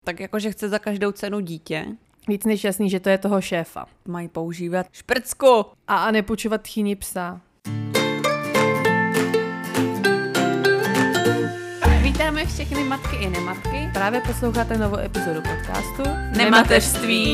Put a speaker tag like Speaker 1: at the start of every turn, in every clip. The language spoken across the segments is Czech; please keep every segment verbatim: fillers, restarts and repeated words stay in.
Speaker 1: Tak jakože chce za každou cenu dítě.
Speaker 2: Víc než jasný, že to je toho šéfa.
Speaker 1: Mají používat šprcku.
Speaker 2: A, a nepůjčovat tchýni psa.
Speaker 1: Vítáme všechny matky i nematky.
Speaker 2: Právě posloucháte novou epizodu podcastu
Speaker 1: Nemateřství.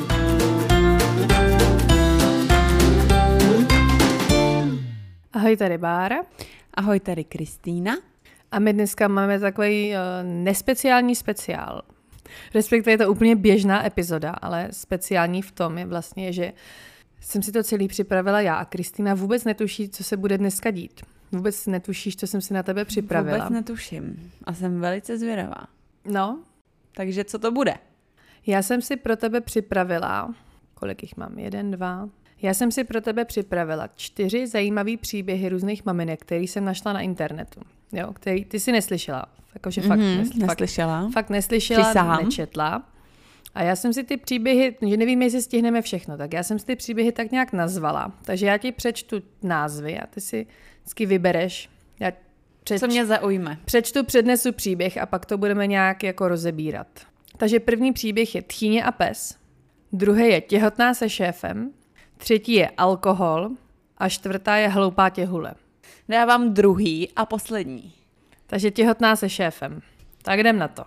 Speaker 2: Ahoj, tady Bára.
Speaker 1: Ahoj, tady Kristýna.
Speaker 2: A my dneska máme takový uh, nespeciální speciál. Respektive je to úplně běžná epizoda, ale speciální v tom je vlastně, že jsem si to celý připravila já a Kristýna vůbec netuší, co se bude dneska dít. Vůbec netušíš, co jsem si na tebe připravila.
Speaker 1: Vůbec netuším a jsem velice zvědavá.
Speaker 2: No.
Speaker 1: Takže co to bude?
Speaker 2: Já jsem si pro tebe připravila, kolik jich mám, jeden, dva... Já jsem si pro tebe připravila čtyři zajímavý příběhy různých maminek, který jsem našla na internetu. Jo, který ty si neslyšela. Jakože fakt,
Speaker 1: mm-hmm,
Speaker 2: nesl,
Speaker 1: neslyšela.
Speaker 2: Fakt, fakt neslyšela,
Speaker 1: Přísahám.
Speaker 2: Nečetla. A já jsem si ty příběhy, že nevím, jestli stihneme všechno, tak já jsem si ty příběhy tak nějak nazvala. Takže já ti přečtu názvy a ty si vždycky vybereš. Já přeč,
Speaker 1: Co mě zaujme.
Speaker 2: Přečtu, přednesu příběh a pak to budeme nějak jako rozebírat. Takže první příběh je Tchýně a pes. Druhý je Těhotná se šéfem. Třetí je alkohol a čtvrtá je Hloupá těhule.
Speaker 1: Dávám druhý a poslední.
Speaker 2: Takže Těhotná se šéfem. Tak jdem na to.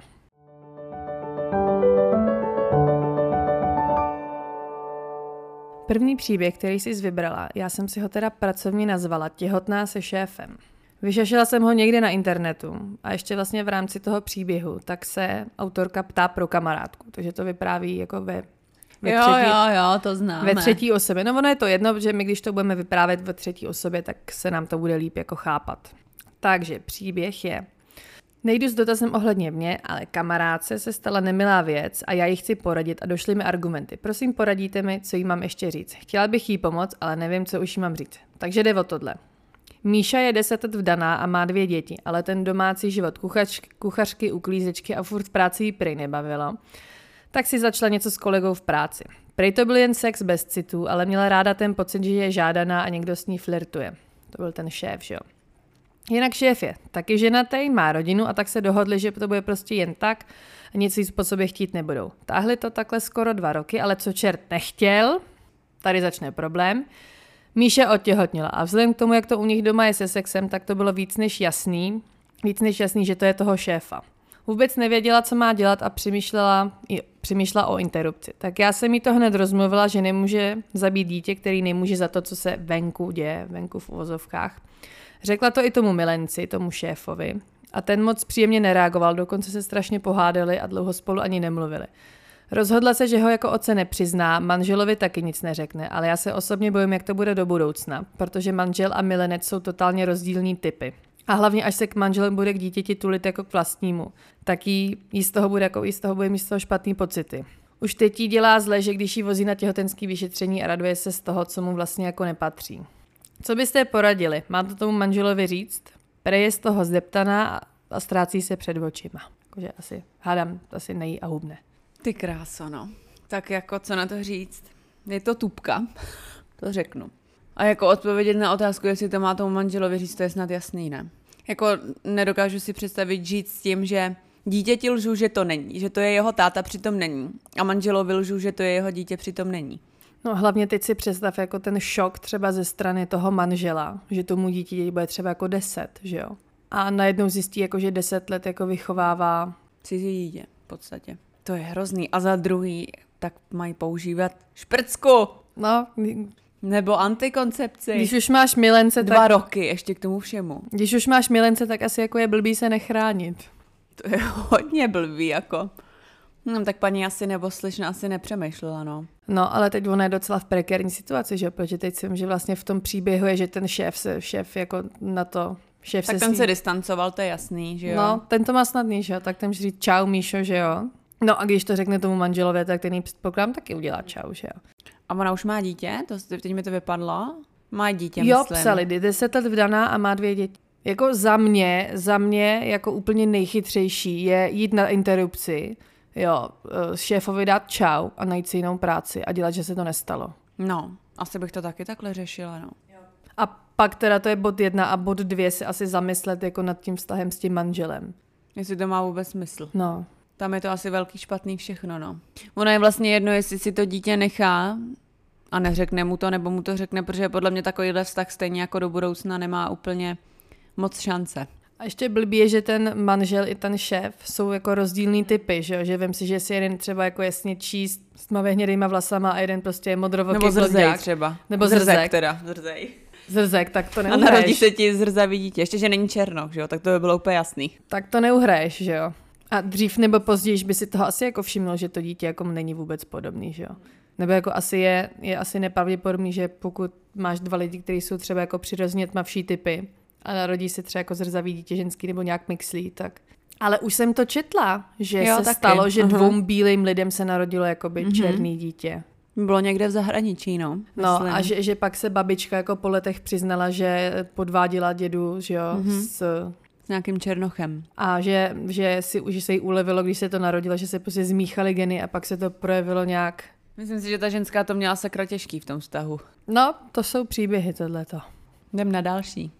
Speaker 2: První příběh, který jsi vybrala, já jsem si ho teda pracovně nazvala Těhotná se šéfem. Vyšašila jsem ho někde na internetu a ještě vlastně v rámci toho příběhu, tak se autorka ptá pro kamarádku, takže to vypráví jako ve Ve
Speaker 1: jo,
Speaker 2: třetí,
Speaker 1: jo, jo, to známe.
Speaker 2: Ve třetí osobě. No ono je to jedno, protože my když to budeme vyprávět ve třetí osobě, tak se nám to bude líp jako chápat. Takže příběh je. Nejdu s dotazem ohledně mě, ale kamarádce se stala nemilá věc a já jí chci poradit a došly mi argumenty. Prosím, poradíte mi, co jí mám ještě říct. Chtěla bych jí pomoct, ale nevím, co už jí mám říct. Takže jde o tohle. Míša je deset let vdaná a má dvě děti, ale ten domácí život kuchař, kuchařky, uklízečky a furt v práci jí prej nebavilo. Tak si začala něco s kolegou v práci. Prej to byl jen sex bez citů, ale měla ráda ten pocit, že je žádaná a někdo s ní flirtuje. To byl ten šéf, že jo. Jinak šéf je taky ženatý, má rodinu a tak se dohodli, že to bude prostě jen tak a nic víc po sobě chtít nebudou. Táhli to takhle skoro dva roky, ale co čert nechtěl, tady začne problém. Míša otěhotnila a vzhledem k tomu, jak to u nich doma je se sexem, tak to bylo víc než jasný, víc než jasný, že to je toho šéfa. Vůbec nevěděla, co má dělat a přemýšlela, přemýšlela o interrupci. Tak já jsem jí to hned rozmluvila, že nemůže zabít dítě, který nemůže za to, co se venku děje, venku v uvozovkách. Řekla to i tomu milenci, tomu šéfovi. A ten moc příjemně nereagoval, dokonce se strašně pohádali a dlouho spolu ani nemluvili. Rozhodla se, že ho jako otce nepřizná, manželovi taky nic neřekne, ale já se osobně bojím, jak to bude do budoucna, protože manžel a milenec jsou totálně rozdílný typy. A hlavně, až se k manželem bude k dítěti tulit jako k vlastnímu, tak jí, jí z toho bude jako jí z toho bude mít z toho špatný pocity. Už teď jí dělá zle, že když jí vozí na těhotenský vyšetření a raduje se z toho, co mu vlastně jako nepatří. Co byste poradili? Má to tomu manželovi říct? Prej je z toho zdeptaná a ztrácí se před očima. Jakože asi, hádám, asi nejí a hubne.
Speaker 1: Ty kráso, no. Tak jako, co na to říct? Je to tupka, to řeknu. A jako odpovědět na otázku, jestli to má tomu manželovi říct, to je snad jasný, ne? Jako nedokážu si představit žít s tím, že dítěti lžu, že to není, že to je jeho táta, přitom není. A manželovi lžu, že to je jeho dítě, přitom není.
Speaker 2: No hlavně teď si představ jako ten šok třeba ze strany toho manžela, že tomu dítěti bude třeba jako deset, že jo? A najednou zjistí, jako, že deset let jako vychovává
Speaker 1: cizí dítě v podstatě. To je hrozný. A za druhý, tak mají používat šprcku.
Speaker 2: No,
Speaker 1: nebo antikoncepci.
Speaker 2: Když už máš milence,
Speaker 1: Dva
Speaker 2: tak...
Speaker 1: roky ještě k tomu všemu.
Speaker 2: Když už máš milence, tak asi jako je blbý se nechránit.
Speaker 1: To je hodně blbý, jako. No, tak paní asi nebo slyšna asi nepřemýšlela, no.
Speaker 2: No, ale teď ona je docela v prekérní situaci, že? Protože teď jsem, že vlastně v tom příběhu je, že ten šéf se, šéf jako na to, šéf
Speaker 1: tak
Speaker 2: se
Speaker 1: ten
Speaker 2: svý...
Speaker 1: se distancoval, to je jasný, že jo?
Speaker 2: No, ten to má snadný, že jo? Tak ten říct čau, Míšo, že jo? No a když to řekne tomu manželovi, tak ten jí předpokládám taky udělá čau, že jo?
Speaker 1: A ona už má dítě? To, teď mi to vypadlo. Má dítě,
Speaker 2: jo,
Speaker 1: myslím.
Speaker 2: psali, deset let vdaná a má dvě děti. Jako za mě, za mě jako úplně nejchytřejší je jít na interrupci, jo, šéfovi dát čau a najít si jinou práci a dělat, že se to nestalo.
Speaker 1: No, asi bych to taky takhle řešila, no.
Speaker 2: Jo. A pak teda to je bod jedna a bod dvě si asi zamyslet jako nad tím vztahem s tím manželem.
Speaker 1: Jestli to má vůbec smysl.
Speaker 2: No.
Speaker 1: Tam je to asi velký špatný všechno, no. Ono je vlastně jedno, jestli si to dítě nechá a neřekne mu to, nebo mu to řekne, protože podle mě takovýhle vztah stejně jako do budoucna nemá úplně moc šance.
Speaker 2: A ještě blbý je, že ten manžel i ten šéf jsou jako rozdílný typy, že jo? Že vem si, že si jeden třeba jako jasně číst s tmavě hnědýma vlasama a jeden prostě je modrovoký
Speaker 1: Nebo zrzej
Speaker 2: blonďák.
Speaker 1: třeba.
Speaker 2: Nebo zrzek. Zrzek
Speaker 1: teda, zrzej.
Speaker 2: Zrzek, tak to
Speaker 1: A
Speaker 2: neuhraješ.
Speaker 1: narodí se ti zrzavý dítě, ještě, že není černok, že jo? Tak to by bylo úplně jasný.
Speaker 2: Tak to neuhraješ, že jo? A dřív nebo později by si toho asi jako všiml, že to dítě jako není vůbec podobný, že jo? Nebo jako asi je, je asi nepravděpodobný, že pokud máš dva lidi, kteří jsou třeba jako přirozeně tmavší typy a narodí se třeba jako zrzavý dítě ženský nebo nějak mixlí, tak... Ale už jsem to četla, že
Speaker 1: jo,
Speaker 2: se
Speaker 1: taky.
Speaker 2: stalo, že
Speaker 1: Aha.
Speaker 2: dvou bílým lidem se narodilo jakoby
Speaker 1: Mhm.
Speaker 2: černý dítě.
Speaker 1: Bylo někde v zahraničí, no.
Speaker 2: No
Speaker 1: myslím.
Speaker 2: a že, že pak se babička jako po letech přiznala, že podváděla dědu, že jo,
Speaker 1: Mhm.
Speaker 2: s...
Speaker 1: S nějakým černochem.
Speaker 2: A že, že, si, že se jí ulevilo, když se to narodilo, že se prostě zmíchaly geny a pak se to projevilo nějak...
Speaker 1: Myslím si, že ta ženská to měla sakra těžký v tom vztahu.
Speaker 2: No, to jsou příběhy tohleto.
Speaker 1: Jdem na další.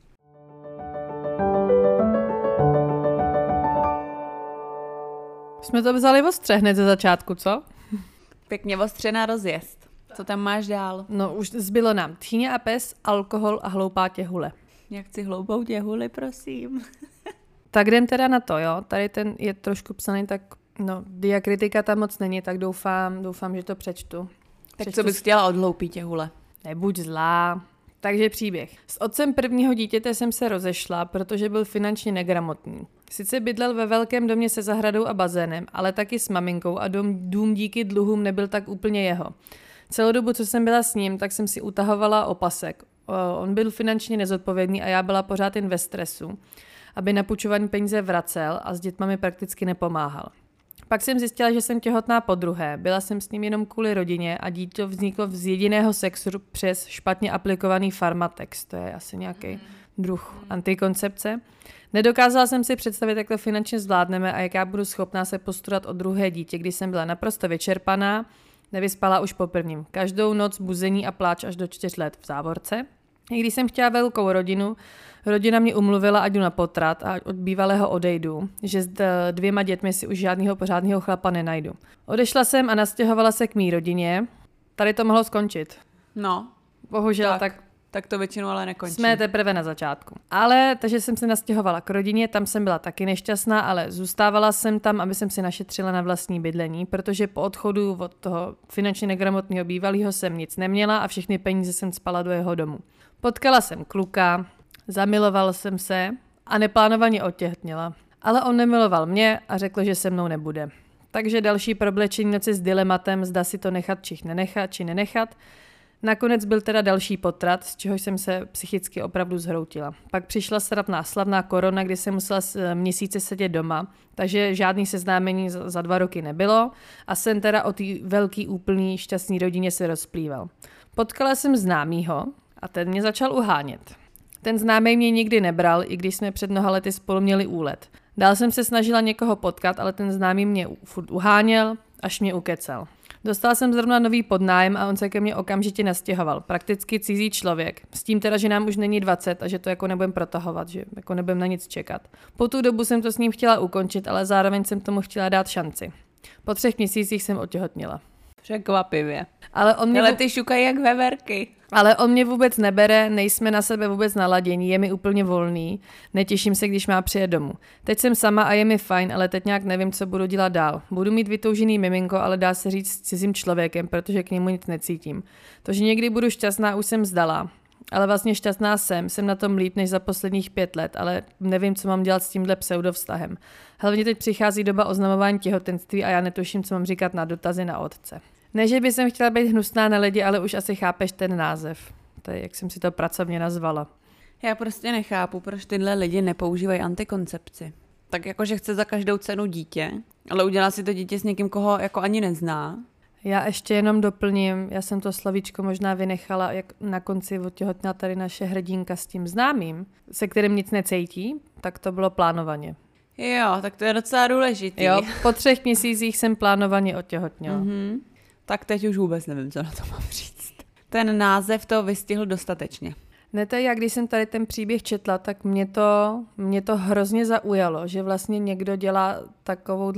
Speaker 2: Jsme to vzali ostře hned ze začátku, co?
Speaker 1: Pěkně ostřená rozjezd. Co tam máš dál?
Speaker 2: No už zbylo nám tchýně a pes, alkohol a hloupá těhule.
Speaker 1: Jak chci hloupou těhuli, prosím.
Speaker 2: Tak jdem teda na to, jo. Tady ten je trošku psaný, tak no, diakritika tam moc není, tak doufám, doufám, že to přečtu.
Speaker 1: Tak
Speaker 2: Přečtu
Speaker 1: co bys chtěla od hloupý těhule?
Speaker 2: Nebuď zlá. Takže příběh. S otcem prvního dítěte jsem se rozešla, protože byl finančně negramotný. Sice bydlel ve velkém domě se zahradou a bazénem, ale taky s maminkou a dom, dům díky dluhům nebyl tak úplně jeho. Celou dobu, co jsem byla s ním, tak jsem si utahovala opasek. O, on byl finančně nezodpovědný a já byla pořád jen ve stresu, aby na půjčované peníze vracel a s dětma mi prakticky nepomáhal. Pak jsem zjistila, že jsem těhotná podruhé. Byla jsem s ním jenom kvůli rodině a dítě vzniklo z jediného sexu přes špatně aplikovaný Pharmatex. To je asi nějaký druh antikoncepce. Nedokázala jsem si představit, jak to finančně zvládneme a jak já budu schopná se postarat o druhé dítě, když jsem byla naprosto vyčerpaná, nevyspala už po prvním. Každou noc buzení a pláč až do čtyř let v závorce. I když jsem chtěla velkou rodinu, rodina mě umluvila, ať jdu na potrat a od bývalého odejdu, že s dvěma dětmi si už žádného pořádného chlapa nenajdu. Odešla jsem a nastěhovala se k mý rodině. Tady to mohlo skončit.
Speaker 1: No,
Speaker 2: Bohužel tak,
Speaker 1: tak, tak to většinou ale nekončí.
Speaker 2: jsme teprve na začátku. Ale, takže jsem se nastěhovala k rodině, tam jsem byla taky nešťastná, ale zůstávala jsem tam, aby jsem si našetřila na vlastní bydlení, protože po odchodu od toho finančně negramotného bývalého jsem nic neměla a všechny peníze jsem spala do jeho domu. Potkala jsem kluka, zamiloval jsem se a neplánovaně otěhotněla. Ale on nemiloval mě a řekl, že se mnou nebude. Takže další problečení noci s dilematem, zda si to nechat či nenechat, či nenechat. Nakonec byl teda další potrat, z čehož jsem se psychicky opravdu zhroutila. Pak přišla slavná, slavná korona, kdy jsem musela měsíce sedět doma, takže žádný seznámení za, za dva roky nebylo a sen teda o té velký úplný šťastný rodině se rozplýval. Potkala jsem známýho a ten mě začal uhánět. Ten známý mě nikdy nebral, i když jsme před mnoha lety spolu měli úlet. Dál jsem se snažila někoho potkat, ale ten známý mě furt uháněl, až mě ukecal. Dostala jsem zrovna nový podnájem a on se ke mně okamžitě nastěhoval. Prakticky cizí člověk. S tím teda, že nám už není dvacet a že to jako nebudem protahovat, že jako nebudem na nic čekat. Po tu dobu jsem to s ním chtěla ukončit, ale zároveň jsem tomu chtěla dát šanci. Po třech měsících jsem otěhotněla.
Speaker 1: Překvapivě.
Speaker 2: Ale on mě
Speaker 1: Ale
Speaker 2: vů-
Speaker 1: ty šukají jak veverky.
Speaker 2: Ale on mě vůbec nebere, nejsme na sebe vůbec naladění, je mi úplně volný, netěším se, když má přijet domů. Teď jsem sama a je mi fajn, ale teď nějak nevím, co budu dělat dál. Budu mít vytoužený miminko, ale dá se říct s cizím člověkem, protože k němu nic necítím. To, že někdy budu šťastná, už jsem vzdala. Ale vlastně šťastná jsem, jsem na tom líp než za posledních pět let, ale nevím, co mám dělat s tímhle pseudovztahem. Hlavně teď přichází doba oznamování těhotenství a já netuším, co mám říkat na dotazy na otce. Ne, že by jsem chtěla být hnusná na lidi, ale už asi chápeš ten název. To je, jak jsem si to pracovně nazvala.
Speaker 1: Já prostě nechápu, proč tyhle lidi nepoužívají antikoncepci. Tak jakože chce za každou cenu dítě, ale udělá si to dítě s někým, koho jako ani nezná.
Speaker 2: Já ještě jenom doplním, já jsem to slovíčko možná vynechala, jak na konci otěhotněla tady naše hrdinka s tím známým, se kterým nic necítí, tak to bylo plánovaně.
Speaker 1: Jo, tak to je docela důležitý.
Speaker 2: Jo, po třech měsících jsem plánovaně otěhotněla.
Speaker 1: Mm-hmm. Tak teď už vůbec nevím, co na to mám říct. Ten název to vystihl dostatečně.
Speaker 2: Ne, to já když jsem tady ten příběh četla, tak mě to, mě to hrozně zaujalo, že vlastně někdo dělá takovouhle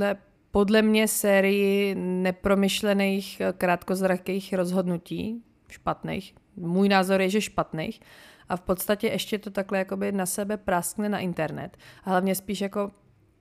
Speaker 2: podle mě sérii nepromyšlených krátkozrakých rozhodnutí, špatných. Můj názor je, že špatných. A v podstatě ještě to takhle jakoby na sebe práskne na internet. A hlavně spíš jako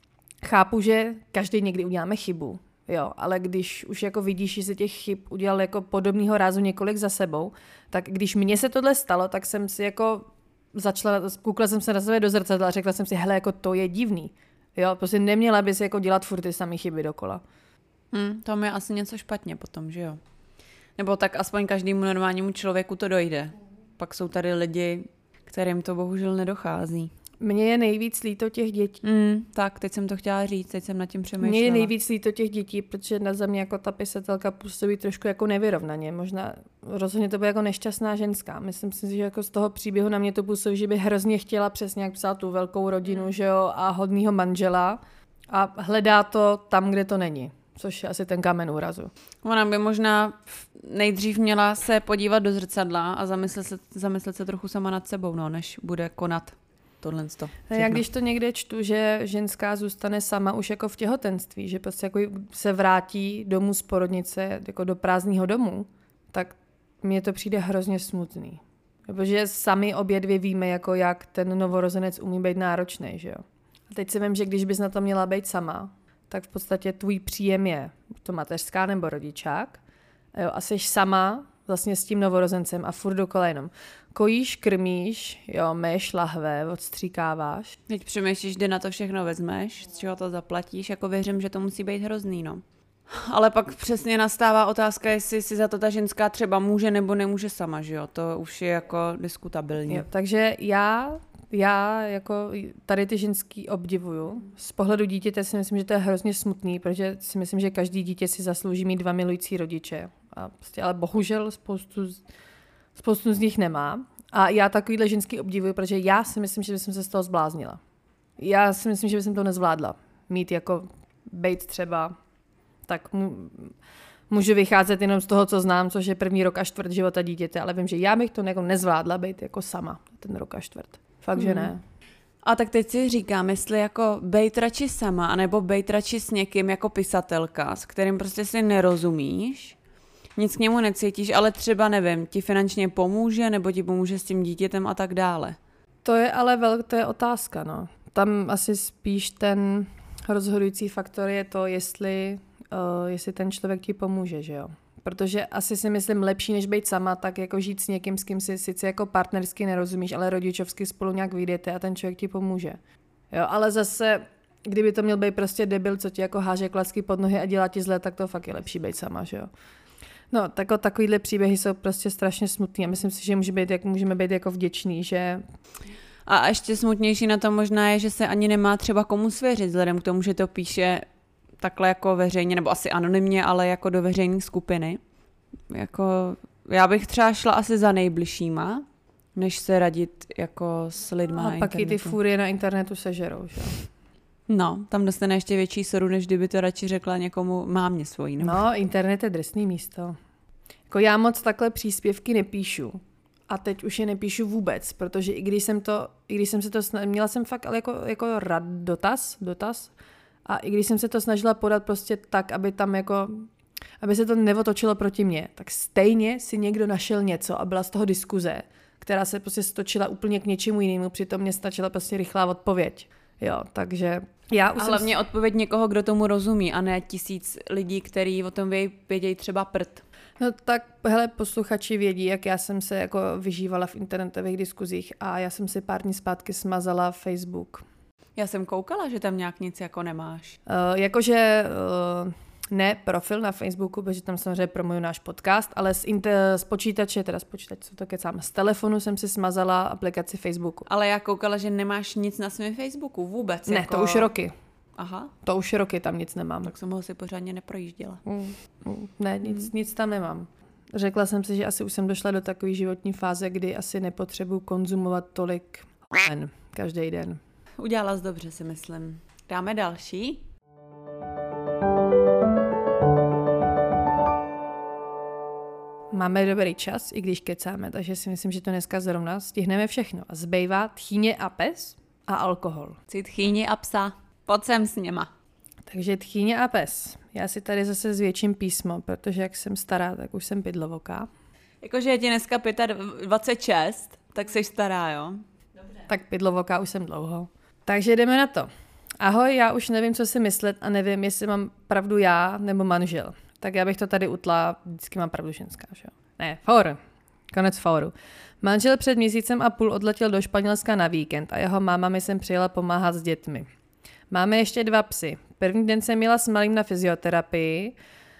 Speaker 2: chápu, že každý někdy uděláme chybu. Jo, ale když už jako vidíš, že se těch chyb udělal jako podobného rázu několik za sebou, tak když mně se tohle stalo, tak jsem si jako začala, koukla jsem se na sebe do zrcadla a řekla jsem si, hele, jako to je divný. Jo, prostě neměla bys jako dělat furt ty samé chyby dokola.
Speaker 1: Hmm, tam je asi něco špatně potom, že jo? Nebo tak aspoň každému normálnímu člověku to dojde. Pak jsou tady lidi, kterým to bohužel nedochází.
Speaker 2: Mně je nejvíc líto těch dětí.
Speaker 1: Mm, tak, teď jsem to chtěla říct, teď jsem nad tím přemýšlela.
Speaker 2: Mně je nejvíc líto těch dětí, protože na za mě jako ta pisatelka působí trošku jako nevyrovnaně. Možná rozhodně to bude jako nešťastná ženská. Myslím si, že jako z toho příběhu na mě to působí, že by hrozně chtěla přesně jak psát tu velkou rodinu, že jo, a hodnýho manžela a hledá to tam, kde to není. Což je asi ten kámen úrazu.
Speaker 1: Ona by možná nejdřív měla se podívat do zrcadla a zamyslet se, zamyslet se trochu sama nad sebou, no, než bude konat tohle.
Speaker 2: Já když to někde čtu, že ženská zůstane sama už jako v těhotenství, že prostě jako se vrátí domů z porodnice jako do prázdného domu, tak mně to přijde hrozně smutný. Protože sami obě dvě víme, jako jak ten novorozenec umí být náročný, že jo. A teď si vím, že když bys na to měla být sama, tak v podstatě tvůj příjem je to mateřská nebo rodičák, jo, a jsi sama vlastně s tím novorozencem a furt dokola jenom kojíš, krmíš, jo, myš, lahve, odstříkáváš.
Speaker 1: Teď přemýšlíš, kde na to všechno vezmeš, z čeho to zaplatíš, jako věřím, že to musí být hrozný, no. Ale pak přesně nastává otázka, jestli si za to ta ženská třeba může nebo nemůže sama, že jo, to už je jako diskutabilní.
Speaker 2: Jo, takže já, já jako tady ty ženský obdivuju. Z pohledu dítěte si myslím, že to je hrozně smutný, protože si myslím, že každý dítě si zaslouží mít dva milující rodiče. A prostě, ale bohužel spoustu z, spoustu z nich nemá. A já takovýhle ženský obdivuju, protože já si myslím, že jsem se z toho zbláznila. Já si myslím, že jsem to nezvládla. Mít jako bejt třeba, tak mu, můžu vycházet jenom z toho, co znám, což je první rok a čtvrt života dítěte, ale vím, že já bych to jako nezvládla bejt jako sama ten rok a čtvrt. Fakt, mm. že ne.
Speaker 1: A tak teď si říkám, jestli jako bejt radši sama, anebo bejt radši s někým jako pisatelka, s kterým prostě si nerozumíš, nic k němu necítíš, ale třeba, nevím, ti finančně pomůže, nebo ti pomůže s tím dítětem a tak dále.
Speaker 2: To je ale velk, to je otázka, no. Tam asi spíš ten rozhodující faktor je to, jestli, uh, jestli ten člověk ti pomůže, že jo. Protože asi si myslím lepší, než být sama, tak jako žít s někým, s kým si sice jako partnersky nerozumíš, ale rodičovsky spolu nějak vyjdete a ten člověk ti pomůže. Jo, ale zase, kdyby to měl být prostě debil, co ti jako háže klacky pod nohy a dělá ti zle, tak to fakt je lepší být sama, že jo. No, tak takovýhle příběhy jsou prostě strašně smutný a myslím si, že může být, jak můžeme být jako vděční, že...
Speaker 1: A ještě smutnější na tom možná je, že se ani nemá třeba komu svěřit, vzhledem k tomu, že to píše takhle jako veřejně, nebo asi anonymně, ale jako do veřejné skupiny. Jako, já bych třeba šla asi za nejbližšíma, než se radit jako s lidma
Speaker 2: a
Speaker 1: na
Speaker 2: pak
Speaker 1: internetu.
Speaker 2: i ty fúrie na internetu sežerou, že?
Speaker 1: No, tam dostane ještě větší soru, než kdyby to radši řekla někomu mámě svojí. Nebo...
Speaker 2: No, internet je drsný místo. Jako já moc takhle příspěvky nepíšu. A teď už je nepíšu vůbec, protože i když jsem to, i když jsem se to snažila, měla jsem fakt ale jako, jako rad, dotaz, dotaz, a i když jsem se to snažila podat prostě tak, aby tam jako, aby se to neotočilo proti mně, tak stejně si někdo našel něco a byla z toho diskuze, která se prostě stočila úplně k něčemu jinému, přitom mě stačila prostě rychlá odpověď. Jo, takže já už
Speaker 1: a hlavně jsem... odpověď někoho, kdo tomu rozumí, a ne tisíc lidí, kteří o tom vědějí třeba prd.
Speaker 2: No tak, hele, posluchači vědí, jak já jsem se jako vyžívala v internetových diskuzích a já jsem si pár dní zpátky smazala Facebook.
Speaker 1: Já jsem koukala, že tam nějak nic jako nemáš.
Speaker 2: Uh, jakože uh, ne profil na Facebooku, protože tam samozřejmě promuju náš podcast, ale z, inter, z počítače, teda z počítače, co to kecám, z telefonu jsem si smazala aplikaci Facebooku.
Speaker 1: Ale já koukala, že nemáš nic na svém Facebooku vůbec.
Speaker 2: Ne,
Speaker 1: jako...
Speaker 2: to už roky.
Speaker 1: Aha.
Speaker 2: To už roky tam nic nemám.
Speaker 1: Tak jsem ho si pořádně neprojížděla.
Speaker 2: Mm, mm, ne, nic, mm. nic tam nemám. Řekla jsem si, že asi už jsem došla do takové životní fáze, kdy asi nepotřebuji konzumovat tolik den, každý den.
Speaker 1: Udělala jsi dobře, si myslím. Dáme další.
Speaker 2: Máme dobrý čas, i když kecáme, takže si myslím, že to dneska zrovna stihneme všechno. A zbývá tchýně a pes a alkohol.
Speaker 1: Chci tchýni a psa. Pojď sem s něma.
Speaker 2: Takže tchýně a pes. Já si tady zase zvětším písmo, protože jak jsem stará, tak už jsem pidlovoká.
Speaker 1: Jakože je ti dneska dvacet pět šest, tak jsi stará, jo?
Speaker 2: Dobře. Tak pidlovoká už jsem dlouho. Takže jdeme na to. Ahoj, já už nevím, co si myslet a nevím, jestli mám pravdu já nebo manžel. Tak já bych to tady utla, vždycky mám pravdu ženská, že jo? Ne, for. Konec foru. Manžel před měsícem a půl odletěl do Španělska na víkend a jeho máma mi sem přijela pomáhat s dětmi. Máme ještě dva psy. První den jsem jela s malým na fyzioterapii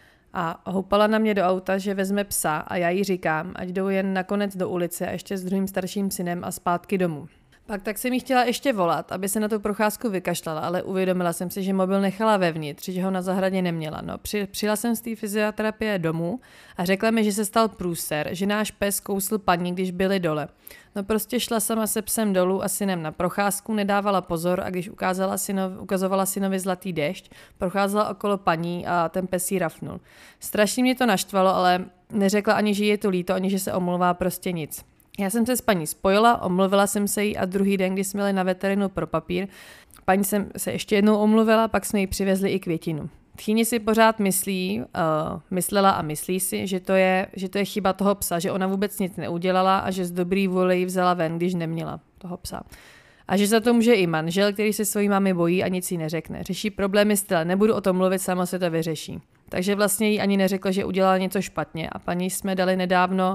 Speaker 2: a houpala na mě do auta, že vezme psa a já jí říkám, ať jdou jen nakonec do ulice a ještě s druhým starším synem a zpátky domů. Pak tak jsem jí chtěla ještě volat, aby se na tu procházku vykašlala, ale uvědomila jsem si, že mobil nechala vevnitř, že ho na zahradě neměla. No, při, přijela jsem z té fyzioterapie domů a řekla mi, že se stal průser, že náš pes kousl paní, když byli dole. No prostě šla sama se psem dolů a synem na procházku, nedávala pozor a když ukázala synov, ukazovala synovi zlatý déšť, procházela okolo paní a ten pes jí rafnul. Strašně mě to naštvalo, ale neřekla ani, že je to líto, ani že se omluvá, prostě nic. Já jsem se s paní spojila, omluvila jsem se jí a druhý den, když jsme jeli na veterinu pro papír, paní jsem se ještě jednou omluvila, pak jsme jí přivezli i květinu. Tchýni si pořád myslí, uh, myslela a myslí si, že to, je, že to je chyba toho psa, že ona vůbec nic neudělala a že z dobrý vůle ji vzala ven, když neměla toho psa. A že za to může i manžel, který se svojí mámy bojí a nic jí neřekne. Řeší problémy styla, nebudu o tom mluvit, samo se to vyřeší. Takže vlastně jí ani neřekla, že udělala něco špatně a paní jsme dali nedávno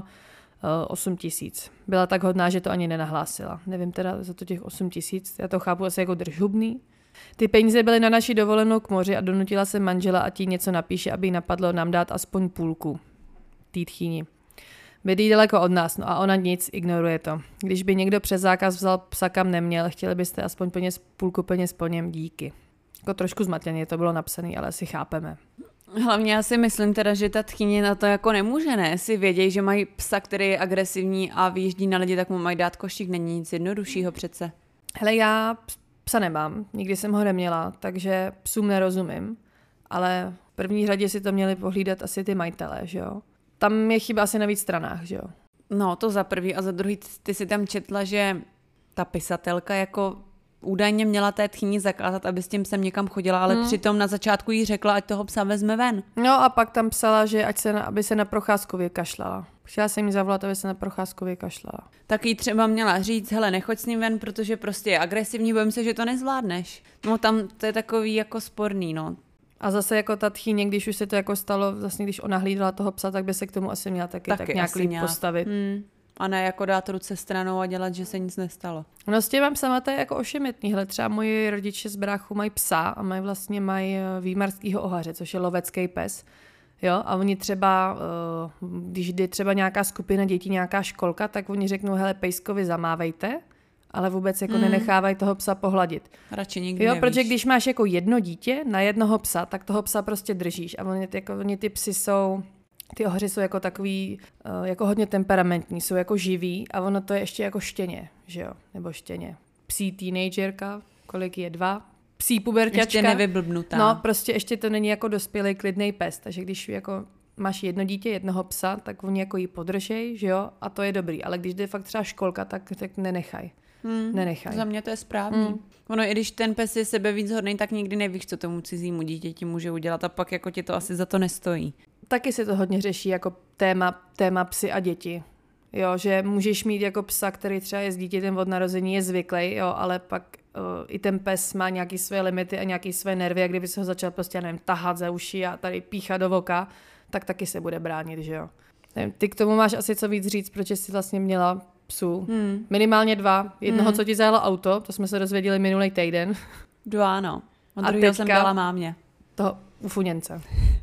Speaker 2: osm tisíc. Byla tak hodná, že to ani nenahlásila. Nevím teda za to těch osm tisíc, já to chápu asi jako držhubný. Ty peníze byly na naši dovolenou k moři a donutila se manžela, ať jí něco napíše, aby jí napadlo nám dát aspoň půlku. Tý tchýni. Bydlí daleko od nás, no a ona nic, ignoruje to. Když by někdo přes zákaz vzal psa, kam neměl, chtěli byste aspoň peněz, půlku peněz po něm, díky. Jako trošku zmateně to bylo napsané, ale si chápeme.
Speaker 1: Hlavně já si myslím teda, že ta tchýně na to jako nemůže, ne? Si vědějí, že mají psa, který je agresivní a vyjíždí na lidi, tak mu mají dát košík, není nic jednoduššího přece.
Speaker 2: Hele, já psa nemám, nikdy jsem ho neměla, takže psům nerozumím, ale v první řadě si to měli pohlídat asi ty majitelé, že jo? Tam je chyba asi na víc stranách, že jo?
Speaker 1: No, to za prvý a za druhý ty si tam četla, že ta pisatelka jako údajně měla té tchýni zakázat, aby s tím sem někam chodila, ale hmm. přitom na začátku jí řekla, ať toho psa vezme ven.
Speaker 2: No a pak tam psala, že ať se na, aby se na procházku vykašlala. Chtěla jsem jí zavolat, aby se na procházku vykašlala.
Speaker 1: Tak jí třeba měla říct, hele, nechoď s ním ven, protože prostě je agresivní, bojím se, že to nezvládneš. No tam to je takový jako sporný, no.
Speaker 2: A zase jako ta tchýně, když už se to jako stalo, vlastně když ona hlídala toho psa, tak by se k tomu asi měla taky, taky tak nějak líp nějak postavit.
Speaker 1: Hmm. A ne jako dát ruce stranou a dělat, že se nic nestalo.
Speaker 2: No s těma psama to je jako ošemetný. Hle, třeba moji rodiče z bráchu mají psa a mají vlastně mají výmarskýho ohaře, což je lovecký pes. Jo, a oni třeba, když jde třeba nějaká skupina dětí, nějaká školka, tak oni řeknou, hele, pejskovi zamávejte, ale vůbec jako mm. nenechávají toho psa pohladit.
Speaker 1: Radši nikdy
Speaker 2: Jo,
Speaker 1: nevíš.
Speaker 2: Protože když máš jako jedno dítě na jednoho psa, tak toho psa prostě držíš. A oni, jako, oni ty psy jsou, ty ohoři jsou jako takový, jako hodně temperamentní, jsou jako živí a ono to je ještě jako štěně, že jo, nebo štěně. Psí teenagerka, kolik je, dva? Psí puberťačka.
Speaker 1: Ještě nevyblbnutá.
Speaker 2: No, prostě ještě to není jako dospělý klidnej pes, takže když jako máš jedno dítě, jednoho psa, tak oni jako jí podržej, že jo, a to je dobrý. Ale když jde fakt třeba školka, tak, tak nenechaj. Hmm. Nenechaj.
Speaker 1: Za mě to je správný. Hmm. Ono, i když ten pes je sebe víc hodný, tak nikdy nevíš, co tomu cizímu dítěti může udělat a pak jako ti to asi za to nestojí.
Speaker 2: Taky se to hodně řeší jako téma, téma psy a děti. Jo, že můžeš mít jako psa, který třeba je s dítětem od narození, je zvyklý, jo, ale pak uh, i ten pes má nějaký své limity a nějaký své nervy a kdyby se ho začal prostě, nevím, tahat za uši a tady píchat do voka, tak taky se bude bránit, že jo. Nevím, ty k tomu máš asi co víc říct, protože jsi vlastně měla psů. Hmm. Minimálně dva. Jednoho, hmm. co ti zajalo auto, to jsme se dozvěděli minulý týden.
Speaker 1: Dva, no. A, a druhého jsem dala mámě.
Speaker 2: Toho ufuněnce.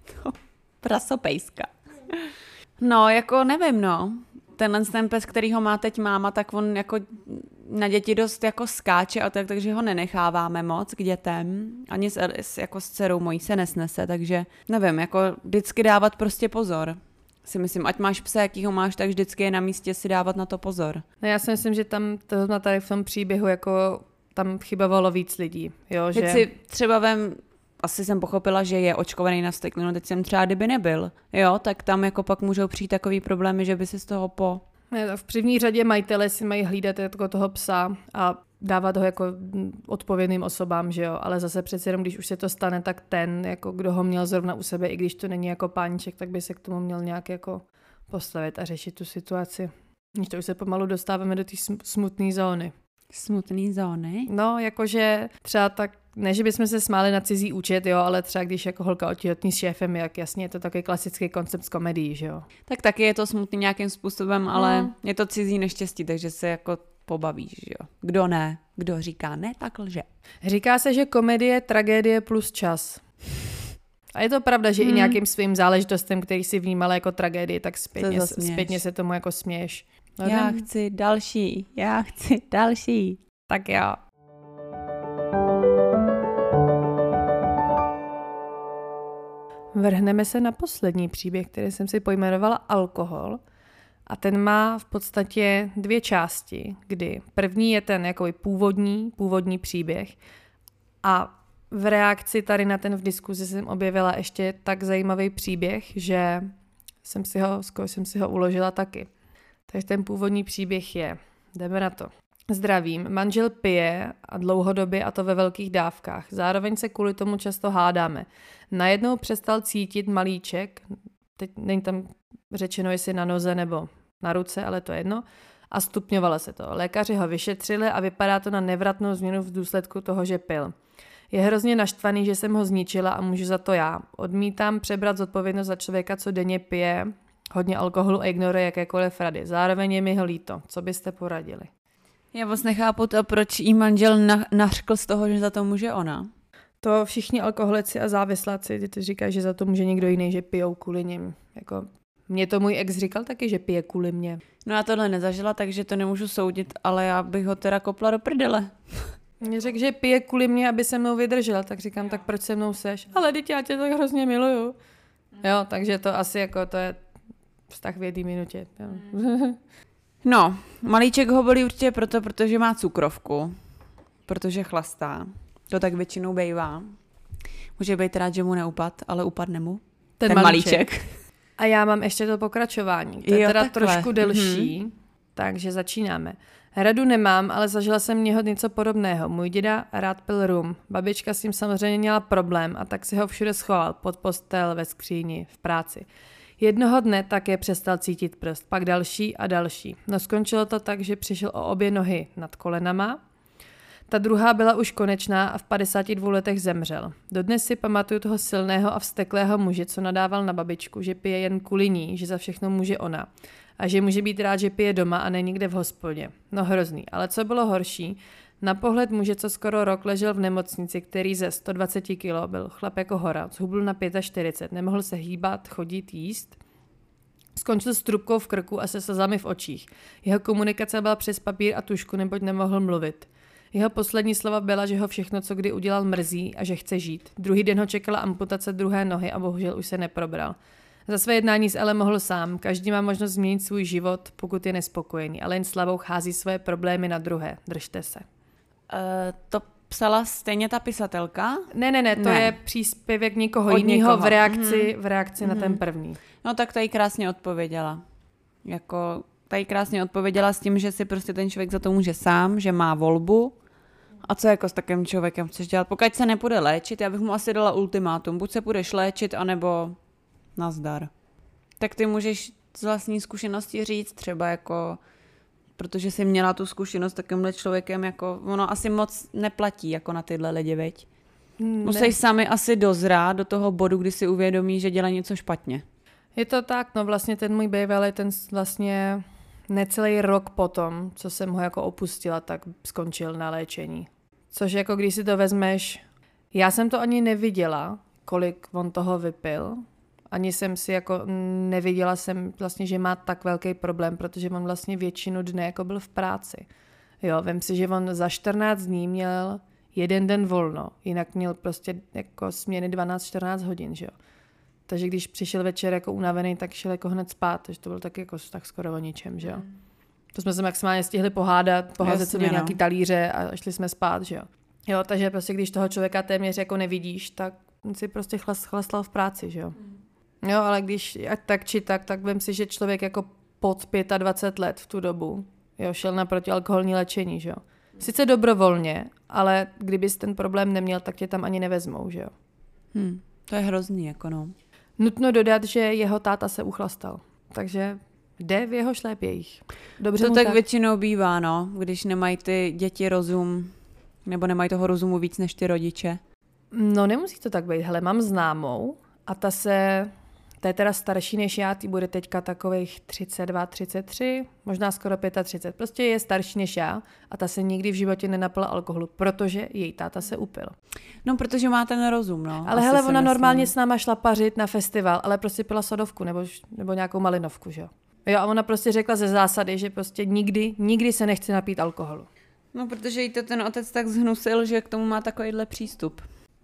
Speaker 1: Prasopejska. No, jako nevím, no. Tenhle ten pes, který ho má teď máma, tak on jako na děti dost jako skáče a tak, takže ho nenecháváme moc k dětem. Ani s, jako s dcerou mojí se nesnese, takže nevím, jako vždycky dávat prostě pozor. Si myslím, ať máš psa, jaký ho máš, tak vždycky je na místě si dávat na to pozor.
Speaker 2: No já si myslím, že tam to, tady v tom příběhu jako tam chybovalo víc lidí. Jo, že...
Speaker 1: si třeba vem, asi jsem pochopila, že je očkovaný na vsteklinu, teď jsem třeba, kdyby nebyl, jo, tak tam jako pak můžou přijít takový problémy, že by si z toho po...
Speaker 2: Ne, v první řadě majitele si mají hlídat jako toho psa a dávat ho jako odpovědným osobám, že jo, ale zase přece jenom, když už se to stane, tak ten, jako kdo ho měl zrovna u sebe, i když to není jako páníček, tak by se k tomu měl nějak jako postavit a řešit tu situaci. Když to už se pomalu dostáváme do té smutné zóny.
Speaker 1: Smutné zóny?
Speaker 2: No, jakože třeba tak, ne, že bychom se smáli na cizí účet, jo, ale třeba když jako holka otěhotní s šéfem, jak jasně je to takový klasický koncept z komedií, že jo.
Speaker 1: Tak taky je to smutný nějakým způsobem, ale
Speaker 2: no.
Speaker 1: Je to cizí neštěstí, takže se jako pobavíš, že jo. Kdo ne, kdo říká ne, tak lže.
Speaker 2: Říká se, že komedie, tragédie plus čas. A je to pravda, že hmm. i nějakým svým záležitostem, který si vnímala jako tragédii, tak zpětně, zpětně se tomu jako směješ.
Speaker 1: No, já ten... chci další, já chci další.
Speaker 2: Tak jo. Vrhneme se na poslední příběh, který jsem si pojmenovala Alkohol. A ten má v podstatě dvě části, kdy první je ten jakoby původní, původní příběh a v reakci tady na ten v diskuzi jsem objevila ještě tak zajímavý příběh, že jsem si ho, skoro jsem si ho uložila taky. Takže ten původní příběh je, jdeme na to. Zdravím, manžel pije a dlouhodobě a to ve velkých dávkách. Zároveň se kvůli tomu často hádáme. Najednou přestal cítit malíček, teď není tam řečeno, jestli na noze nebo na ruce, ale to je jedno, a stupňovalo se to. Lékaři ho vyšetřili a vypadá to na nevratnou změnu v důsledku toho, že pil. Je hrozně naštvaný, že jsem ho zničila a můžu za to já. Odmítám přebrat zodpovědnost za člověka, co denně pije hodně alkoholu a ignoruje jakékoliv rady. Zároveň je mi ho líto. Co byste poradili?
Speaker 1: Já moc nechápu to, proč jí manžel na, nařkl z toho, že za to může ona.
Speaker 2: To všichni alkoholici a závisláci, ty říkají, že za to může někdo jiný, že pijou kvůli nim. Jako, mě to můj ex říkal taky, že pije kvůli mě.
Speaker 1: No já tohle nezažila, takže to nemůžu soudit, ale já bych ho teda kopla do prdele.
Speaker 2: Mě řekl, že pije kvůli mě, aby se mnou vydržela, tak říkám, tak proč se mnou seš? Ale teď já tě tak hrozně miluju. Jo, takže to asi jako to je vztah v jedné minutě.
Speaker 1: No, malíček ho bolí určitě proto, protože má cukrovku, protože chlastá. To tak většinou bejvá. Může být rád, že mu neupad, ale upadne mu.
Speaker 2: Ten,
Speaker 1: Ten
Speaker 2: malíček.
Speaker 1: malíček.
Speaker 2: A já mám ještě to pokračování. To je
Speaker 1: jo,
Speaker 2: teda
Speaker 1: takhle.
Speaker 2: trošku delší, mm-hmm. takže začínáme. Radu nemám, ale zažila jsem něho něco podobného. Můj děda rád pil rum. Babička s tím samozřejmě měla problém a tak si ho všude schoval. Pod postel, ve skříni, v práci. Jednoho dne také přestal cítit prst, pak další a další. No skončilo to tak, že přišel o obě nohy nad kolenama. Ta druhá byla už konečná a v padesáti dvou letech zemřel. Dodnes si pamatuju toho silného a vzteklého muže, co nadával na babičku, že pije jen kvůli ní, že za všechno může ona. A že může být rád, že pije doma a ne někde v hospodě. No hrozný. Ale co bylo horší, na pohled muže, co skoro rok ležel v nemocnici, který ze sto dvacet kilo byl chlap jako hora, zhubl na čtyřicet pět, nemohl se hýbat, chodit, jíst. Skončil s trubkou v krku a se slzami v očích. Jeho komunikace byla přes papír a tužku, neboť nemohl mluvit. Jeho poslední slova byla, že ho všechno, co kdy udělal, mrzí a že chce žít. Druhý den ho čekala amputace druhé nohy a bohužel už se neprobral. Za své jednání s Ele mohl sám. Každý má možnost změnit svůj život, pokud je nespokojený, ale jen slabou chází své problémy na druhé. Držte se.
Speaker 1: Uh, to psala stejně ta pisatelka?
Speaker 2: Ne, ne, ne, to ne. je příspěvek někoho
Speaker 1: Od
Speaker 2: jiného
Speaker 1: někoho.
Speaker 2: v reakci,
Speaker 1: mm-hmm.
Speaker 2: v reakci mm-hmm. na ten první.
Speaker 1: No tak tady krásně odpověděla. Jako tady krásně odpověděla s tím, že si prostě ten člověk za to může sám, že má volbu. A co jako s takovým člověkem chceš dělat? Pokud se nepůjde léčit, já bych mu asi dala ultimátum. Buď se půjdeš léčit, anebo nazdar. Tak ty můžeš z vlastní zkušenosti říct třeba jako, protože jsi měla tu zkušenost s takovýmhle člověkem, jako ono asi moc neplatí jako na tyhle lidi, veď? Ne. Musíš sami asi dozrát do toho bodu, kdy si uvědomí, že dělá něco špatně.
Speaker 2: Je to tak, no vlastně ten můj bývalý, ten vlastně necelý rok potom, co jsem ho jako opustila, tak skončil na léčení. Což jako když si to vezmeš, já jsem to ani neviděla, kolik on toho vypil. Ani jsem si jako neviděla jsem vlastně, že má tak velký problém, protože on vlastně většinu dne jako byl v práci. Jo, vem si, že on za čtrnáct dní měl jeden den volno, jinak měl prostě jako směny dvanáct čtrnáct hodin, že jo. Takže když přišel večer jako unavený, tak šel jako hned spát, takže to bylo tak jako tak skoro o ničem, že jo. Mm. To jsme se maximálně stihli pohádat, poházet se do no. nějaký talíře a šli jsme spát, že jo. Jo, takže prostě když toho člověka téměř jako nevidíš, tak si prostě chlas, chlastal v práci, že jo. Mm. Jo, ale když tak či tak, tak vem si, že člověk jako pod dvacet pět let v tu dobu, jo, šel na protialkoholní léčení, že jo. Sice dobrovolně, ale kdybys ten problém neměl, tak tě tam ani nevezmou, že jo?
Speaker 1: Hmm, to je hrozný, jako no.
Speaker 2: Nutno dodat, že jeho táta se uchlastal, takže jde v jeho šlépějích. Dobře
Speaker 1: to tak,
Speaker 2: tak
Speaker 1: většinou bývá, no, když nemají ty děti rozum, nebo nemají toho rozumu víc než ty rodiče.
Speaker 2: No nemusí to tak být. Hele, mám známou a ta se, ta je teda starší než já, ty bude teďka takových třicet dva, třicet tři, možná skoro třicet pět. Prostě je starší než já a ta se nikdy v životě nenapila alkoholu, protože její táta se upil.
Speaker 1: No, protože má ten rozum, no.
Speaker 2: Ale hele, ona normálně s náma šla pařit na festival, ale prostě pila sodovku nebo, nebo nějakou malinovku, že jo. Jo, a ona prostě řekla ze zásady, že prostě nikdy, nikdy se nechce napít alkoholu.
Speaker 1: No, protože jí to ten otec tak zhnusil, že k tomu má takovýhle přístup.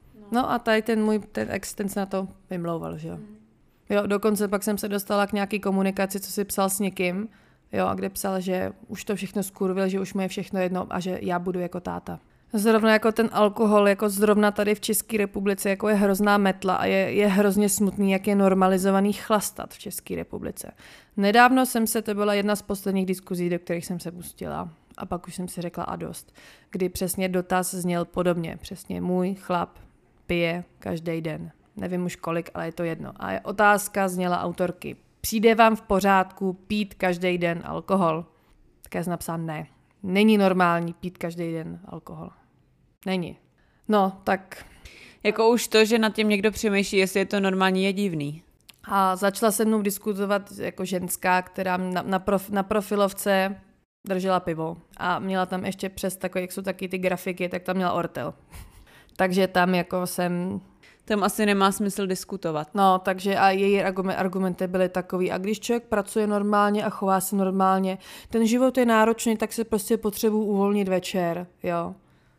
Speaker 2: No a tady ten můj ten ex, ten se na to vymlouval, že jo. Jo, dokonce pak jsem se dostala k nějaký komunikaci, co si psal s někým, jo, a kde psal, že už to všechno skurvil, že už mu je všechno jedno a že já budu jako táta. Zrovna jako ten alkohol, jako zrovna tady v České republice, jako je hrozná metla a je, je hrozně smutný, jak je normalizovaný chlastat v České republice. Nedávno jsem se, to byla jedna z posledních diskuzí, do kterých jsem se pustila a pak už jsem si řekla a dost, kdy přesně dotaz zněl podobně, přesně můj chlap pije každý den. Nevím už kolik, ale je to jedno. A otázka zněla autorky. Přijde vám v pořádku pít každý den alkohol? Tak já jsem napsala ne. Není normální pít každý den alkohol. Není. No, tak...
Speaker 1: Jako už to, že nad tím někdo přemýšlí, jestli je to normální, je divný.
Speaker 2: A začala se mnou diskutovat jako ženská, která na, na, prof, na profilovce držela pivo. A měla tam ještě přes takové, jak jsou taky ty grafiky, tak tam měla ortel. Takže tam jako jsem...
Speaker 1: Tam asi nemá smysl diskutovat.
Speaker 2: No, takže a její argumenty byly takový. A když člověk pracuje normálně a chová se normálně, ten život je náročný, tak se prostě potřebuji uvolnit večer, jo.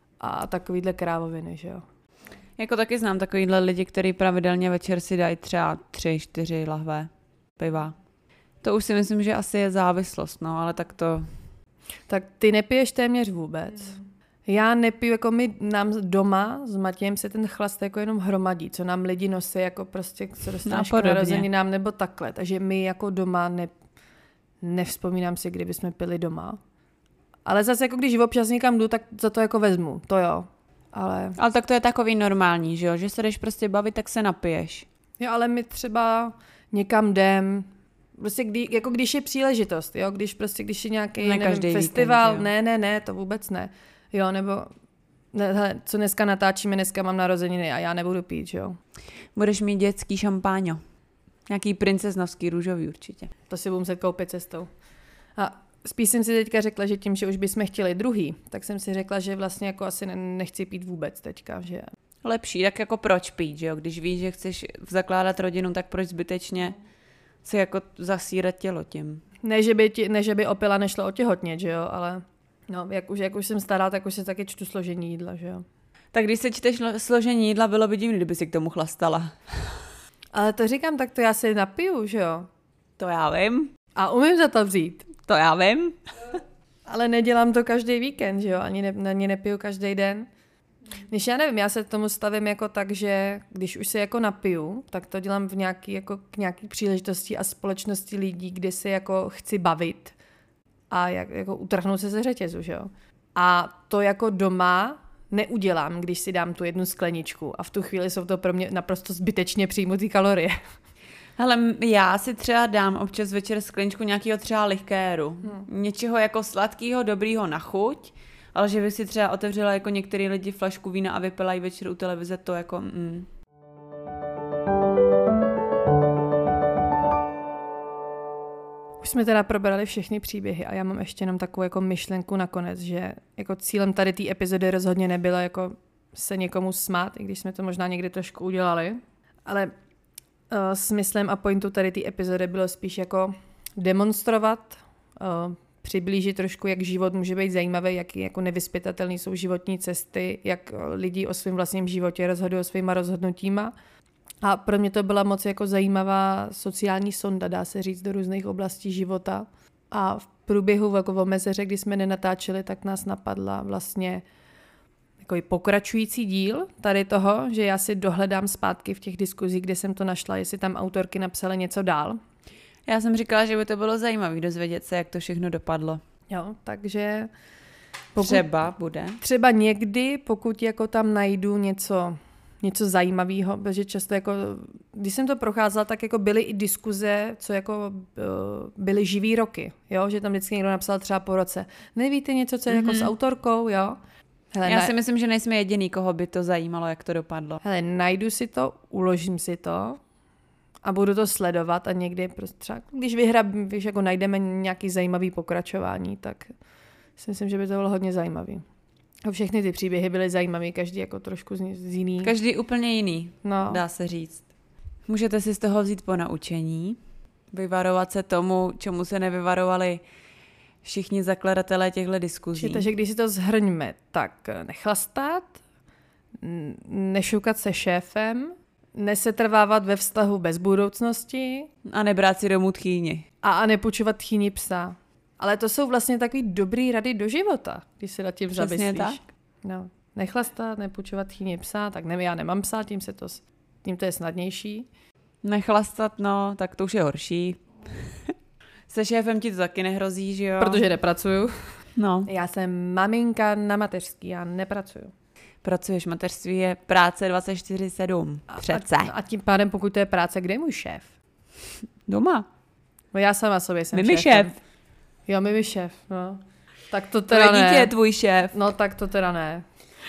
Speaker 2: A takovýhle krávoviny, že jo.
Speaker 1: Jako taky znám takovýhle lidi, kteří pravidelně večer si dají třeba tři, čtyři lahve piva. To už si myslím, že asi je závislost, no, ale tak to...
Speaker 2: Tak ty nepiješ téměř vůbec. Mm. Já nepiju, jako my nám doma s Matějem se ten chlast jako jenom hromadí, co nám lidi nosí, jako prostě, co dostaneš k narozeninám nebo takhle. Takže my jako doma ne, nevzpomínám si, kdyby jsme pili doma. Ale zase jako když občas někam jdu, tak za to jako vezmu, to jo. Ale...
Speaker 1: ale tak to je takový normální, že jo, že se jdeš prostě bavit, tak se napiješ.
Speaker 2: Jo, ale my třeba někam jdem, prostě kdy, jako když je příležitost, jo, když prostě, když je nějaký
Speaker 1: ne
Speaker 2: nevím, festival, víkend, ne, ne, ne, to vůbec ne. Jo, nebo ne, hele, co dneska natáčíme, dneska mám narozeniny a já nebudu pít, jo.
Speaker 1: Budeš mít dětský šampáňo. Nějaký princeznovský růžový určitě.
Speaker 2: To si budu muset koupit cestou. A spíš jsem si teďka řekla, že tím, že už bychom chtěli druhý, tak jsem si řekla, že vlastně jako asi nechci pít vůbec teďka, že...
Speaker 1: Lepší, tak jako proč pít, že jo? Když víš, že chceš zakládat rodinu, tak proč zbytečně si jako zasírat tělo tím.
Speaker 2: Ne, že by, ti, ne, že by opila nešlo otěhotnět, že jo, ale... No, jak už, jak už jsem stará, tak už se taky čtu složení jídla, že jo.
Speaker 1: Tak když se čteš složení jídla, bylo by divný, kdyby si k tomu chlastala.
Speaker 2: Ale to říkám, tak to já si napiju, že jo.
Speaker 1: To já vím.
Speaker 2: A umím za to vzít.
Speaker 1: To já vím.
Speaker 2: Ale nedělám to každý víkend, že jo, ani, ne, ani nepiju každý den. Když já nevím, já se tomu stavím jako tak, že když už se jako napiju, tak to dělám v nějaký, jako k nějaký příležitosti a společnosti lidí, kde se jako chci bavit a jak, jako utrhnout se ze řetězu, že jo. A to jako doma neudělám, když si dám tu jednu skleničku a v tu chvíli jsou to pro mě naprosto zbytečně přijmutý kalorie.
Speaker 1: Hele, já si třeba dám občas večer skleničku nějakého třeba likéru. Hmm. Něčeho jako sladkého, dobrýho na chuť, ale že by si třeba otevřela jako některý lidi flašku vína a vypila ji večer u televize, to jako... Mm.
Speaker 2: Už jsme teda probrali všechny příběhy a já mám ještě jenom takovou jako myšlenku nakonec, že jako cílem tady té epizody rozhodně nebylo jako se někomu smát, i když jsme to možná někdy trošku udělali, ale uh, smyslem a pointu tady té epizody bylo spíš jako demonstrovat, uh, přiblížit trošku, jak život může být zajímavý, jak jako nevyzpytatelný jsou životní cesty, jak lidi o svém vlastním životě rozhodují svýma rozhodnutíma. A pro mě to byla moc jako zajímavá sociální sonda, dá se říct, do různých oblastí života. A v průběhu jako v mezeře, kdy jsme nenatáčeli, tak nás napadla vlastně jako pokračující díl tady toho, že já si dohledám zpátky v těch diskuzích, kde jsem to našla, jestli tam autorky napsaly něco dál.
Speaker 1: Já jsem říkala, že by to bylo zajímavé dozvědět se, jak to všechno dopadlo.
Speaker 2: Jo, takže
Speaker 1: Pokud, třeba bude.
Speaker 2: Třeba někdy, pokud jako tam najdu něco, něco zajímavého, protože často jako, když jsem to procházela, tak jako byly i diskuze, co jako byly živý roky, jo, že tam vždycky někdo napsal třeba po roce. Nevíte něco, co je mm-hmm. jako s autorkou, jo?
Speaker 1: Hele, Já na... si myslím, že nejsme jediný, koho by to zajímalo, jak to dopadlo.
Speaker 2: Hele, najdu si to, uložím si to a budu to sledovat a někdy prostě třeba, když vyhrabím, když jako najdeme nějaký zajímavý pokračování, tak si myslím, že by to bylo hodně zajímavý. A všechny ty příběhy byly zajímavý, každý jako trošku z, z jiný.
Speaker 1: Každý úplně jiný,
Speaker 2: no.
Speaker 1: Dá se říct. Můžete si z toho vzít po naučení, vyvarovat se tomu, čemu se nevyvarovali všichni zakladatelé těchto diskuzí.
Speaker 2: Takže když si to zhrňme, tak nechlastat, nešukat se šéfem, nesetrvávat ve vztahu bez budoucnosti.
Speaker 1: A nebrát si domů tchýni.
Speaker 2: A, a nepůjčovat tchýni psa. Ale to jsou vlastně takový dobrý rady do života, když se nad tím zamyslíš.
Speaker 1: tak.
Speaker 2: No, nechlastat, nepůjčovat tchýni psa, tak ne, já nemám psa, tím, se to, tím to je snadnější.
Speaker 1: Nechlastat, no, tak to už je horší. Se šéfem ti to taky nehrozí, že jo?
Speaker 2: Protože nepracuju.
Speaker 1: No.
Speaker 2: Já jsem maminka na mateřský, já nepracuju.
Speaker 1: Pracuješ, mateřství je práce dvacet čtyři sedm. Přece.
Speaker 2: A, a tím pádem, pokud to je práce, kde je můj šéf?
Speaker 1: Doma.
Speaker 2: No já sama sobě jsem
Speaker 1: Mimi
Speaker 2: šéfem.
Speaker 1: šéf.
Speaker 2: Jo, Mimi šéf, no. Tak to teda
Speaker 1: Tvoje
Speaker 2: ne.
Speaker 1: dítě je tvůj šéf.
Speaker 2: No tak to teda ne.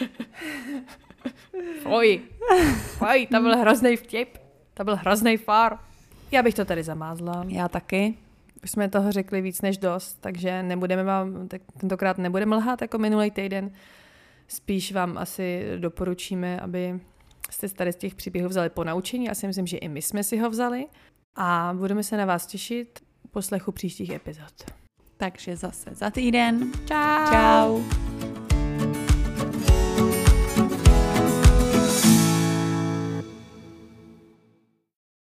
Speaker 2: Oj. Oj, to byl hrozný vtip. To byl hrozný fár. Já bych to tady zamázla.
Speaker 1: Já taky.
Speaker 2: Už jsme toho řekli víc než dost, takže nebudeme vám, tak tentokrát nebudeme lhát jako minulý týden. Spíš vám asi doporučíme, aby jste tady z těch příběhů vzali ponaučení. Já si myslím, že i my jsme si ho vzali. A budeme se na vás těšit u poslechu příštích epizod.
Speaker 1: Takže zase za týden.
Speaker 2: Čau.
Speaker 1: Čau.